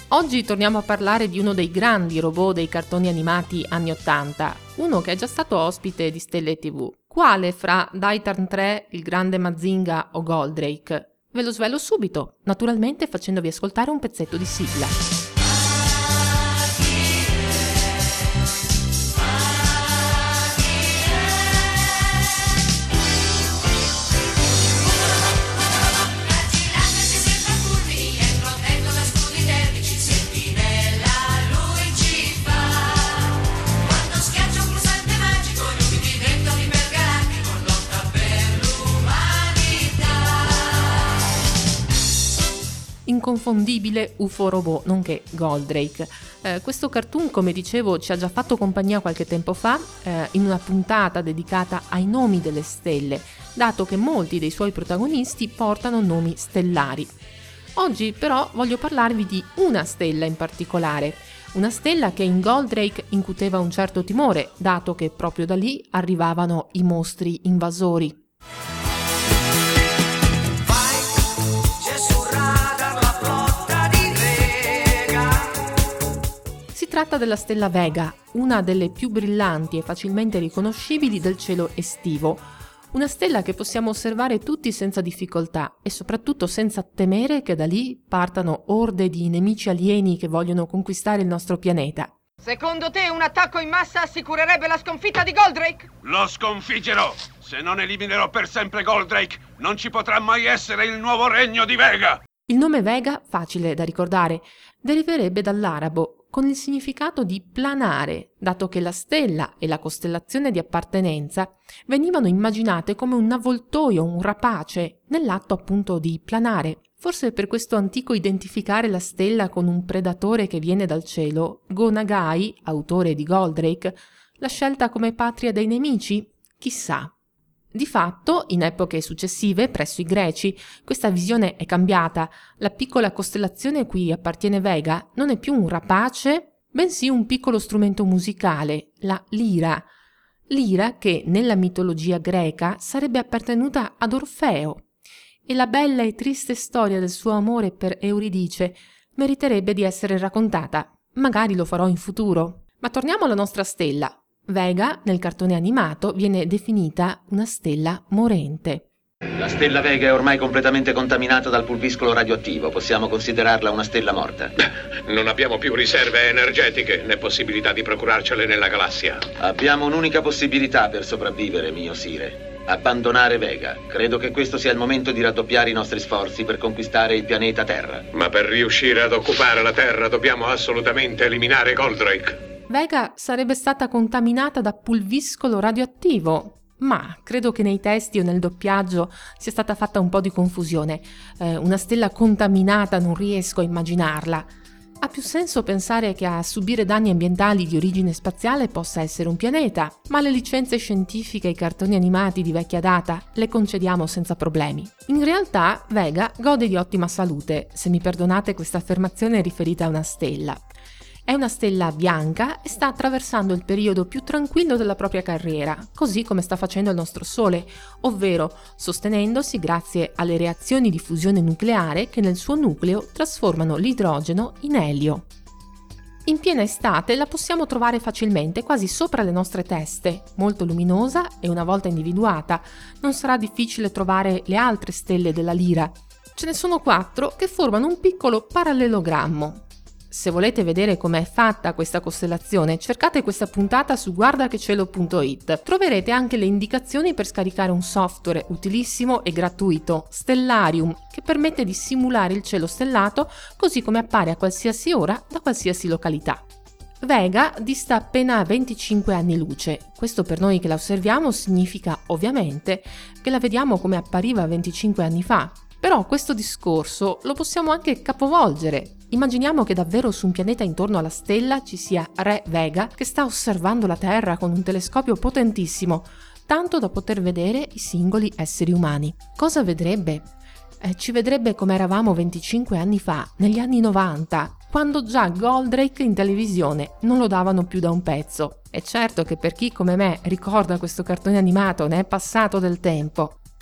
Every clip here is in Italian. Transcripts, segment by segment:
Oggi torniamo a parlare di uno dei grandi robot dei cartoni animati anni '80, uno che è già stato ospite di Stelle TV. Quale fra Daitarn 3, il grande Mazinga o Goldrake? Ve lo svelo subito, naturalmente facendovi ascoltare un pezzetto di sigla. Inconfondibile UFO robot, nonché Goldrake. Questo cartoon, come dicevo, ci ha già fatto compagnia qualche tempo fa in una puntata dedicata ai nomi delle stelle, dato che molti dei suoi protagonisti portano nomi stellari. Oggi però voglio parlarvi di una stella in particolare, una stella che in Goldrake incuteva un certo timore, dato che proprio da lì arrivavano i mostri invasori. Si tratta della stella Vega, una delle più brillanti e facilmente riconoscibili del cielo estivo. Una stella che possiamo osservare tutti senza difficoltà e soprattutto senza temere che da lì partano orde di nemici alieni che vogliono conquistare il nostro pianeta. Secondo te un attacco in massa assicurerebbe la sconfitta di Goldrake? Lo sconfiggerò! Se non eliminerò per sempre Goldrake, non ci potrà mai essere il nuovo regno di Vega! Il nome Vega, facile da ricordare, deriverebbe dall'arabo, con il significato di planare, dato che la stella e la costellazione di appartenenza venivano immaginate come un avvoltoio, un rapace, nell'atto appunto di planare. Forse per questo antico identificare la stella con un predatore che viene dal cielo, Go Nagai, autore di Goldrake, l'ha scelta come patria dei nemici? Chissà. Di fatto, in epoche successive, presso i Greci, questa visione è cambiata. La piccola costellazione cui appartiene Vega non è più un rapace, bensì un piccolo strumento musicale, la lira. Lira che, nella mitologia greca, sarebbe appartenuta ad Orfeo. E la bella e triste storia del suo amore per Euridice meriterebbe di essere raccontata. Magari lo farò in futuro. Ma torniamo alla nostra stella. Vega, nel cartone animato, viene definita una stella morente. La stella Vega è ormai completamente contaminata dal pulviscolo radioattivo. Possiamo considerarla una stella morta. Non abbiamo più riserve energetiche né possibilità di procurarcele nella galassia. Abbiamo un'unica possibilità per sopravvivere, mio sire. Abbandonare Vega. Credo che questo sia il momento di raddoppiare i nostri sforzi per conquistare il pianeta Terra. Ma per riuscire ad occupare la Terra dobbiamo assolutamente eliminare Goldrake. Vega sarebbe stata contaminata da pulviscolo radioattivo, ma credo che nei testi o nel doppiaggio sia stata fatta un po' di confusione. Una stella contaminata non riesco a immaginarla. Ha più senso pensare che a subire danni ambientali di origine spaziale possa essere un pianeta, ma le licenze scientifiche ai cartoni animati di vecchia data le concediamo senza problemi. In realtà Vega gode di ottima salute, se mi perdonate questa affermazione riferita a una stella. È una stella bianca e sta attraversando il periodo più tranquillo della propria carriera, così come sta facendo il nostro Sole, ovvero sostenendosi grazie alle reazioni di fusione nucleare che nel suo nucleo trasformano l'idrogeno in elio. In piena estate la possiamo trovare facilmente quasi sopra le nostre teste, molto luminosa e una volta individuata non sarà difficile trovare le altre stelle della Lira. Ce ne sono 4 che formano un piccolo parallelogrammo. Se volete vedere com'è fatta questa costellazione, cercate questa puntata su guardachecielo.it. Troverete anche le indicazioni per scaricare un software utilissimo e gratuito, Stellarium, che permette di simulare il cielo stellato così come appare a qualsiasi ora da qualsiasi località. Vega dista appena 25 anni luce. Questo per noi che la osserviamo significa ovviamente che la vediamo come appariva 25 anni fa. Però questo discorso lo possiamo anche capovolgere. Immaginiamo che davvero su un pianeta intorno alla stella ci sia Re Vega che sta osservando la Terra con un telescopio potentissimo, tanto da poter vedere i singoli esseri umani. Cosa vedrebbe? Ci vedrebbe come eravamo 25 anni fa, negli anni 90, quando già Goldrake in televisione non lo davano più da un pezzo. E certo che per chi come me ricorda questo cartone animato ne è passato del tempo.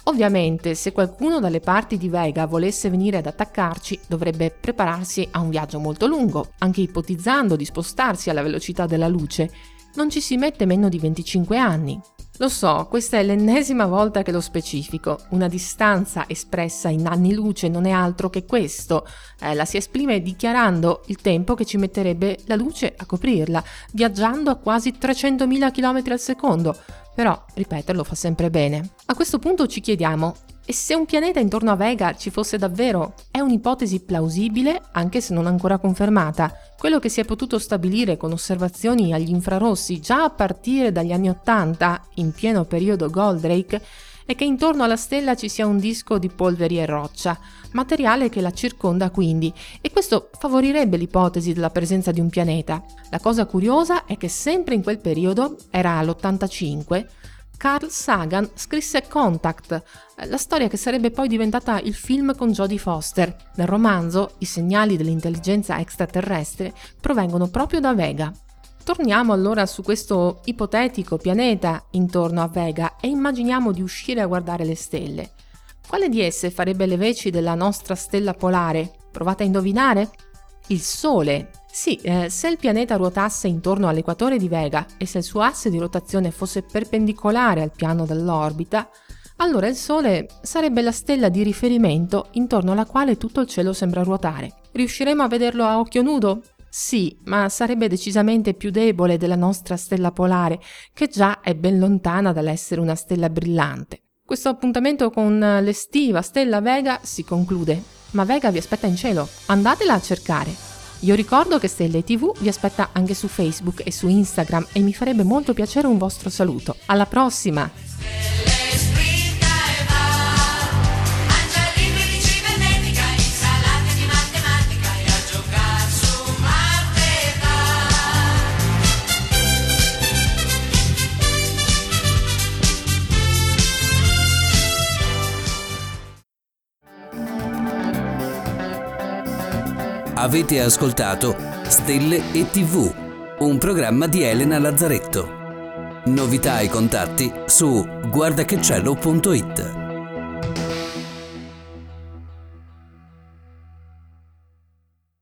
Ovviamente, se qualcuno dalle parti di Vega volesse venire ad attaccarci, dovrebbe prepararsi a un viaggio molto lungo, anche ipotizzando di spostarsi alla velocità della luce. Non ci si mette meno di 25 anni. Lo so, questa è l'ennesima volta che lo specifico. Una distanza espressa in anni luce non è altro che questo. La si esprime dichiarando il tempo che ci metterebbe la luce a coprirla, viaggiando a quasi 300.000 km al secondo. Però ripeterlo fa sempre bene. A questo punto ci chiediamo: e se un pianeta intorno a Vega ci fosse davvero? È un'ipotesi plausibile, anche se non ancora confermata. Quello che si è potuto stabilire con osservazioni agli infrarossi già a partire dagli anni '80, in pieno periodo Goldrake, è che intorno alla stella ci sia un disco di polveri e roccia, materiale che la circonda quindi, e questo favorirebbe l'ipotesi della presenza di un pianeta. La cosa curiosa è che sempre in quel periodo, era l'85, Carl Sagan scrisse Contact, la storia che sarebbe poi diventata il film con Jodie Foster. Nel romanzo, i segnali dell'intelligenza extraterrestre provengono proprio da Vega. Torniamo allora su questo ipotetico pianeta intorno a Vega e immaginiamo di uscire a guardare le stelle. Quale di esse farebbe le veci della nostra stella polare? Provate a indovinare? Il Sole. Sì, se il pianeta ruotasse intorno all'equatore di Vega e se il suo asse di rotazione fosse perpendicolare al piano dell'orbita, allora il Sole sarebbe la stella di riferimento intorno alla quale tutto il cielo sembra ruotare. Riusciremo a vederlo a occhio nudo? Sì, ma sarebbe decisamente più debole della nostra stella polare, che già è ben lontana dall'essere una stella brillante. Questo appuntamento con l'estiva stella Vega si conclude, ma Vega vi aspetta in cielo, andatela a cercare. Io ricordo che Stelle TV vi aspetta anche su Facebook e su Instagram e mi farebbe molto piacere un vostro saluto. Alla prossima! Avete ascoltato Stelle e TV, un programma di Elena Lazzaretto. Novità e contatti su guardachecielo.it.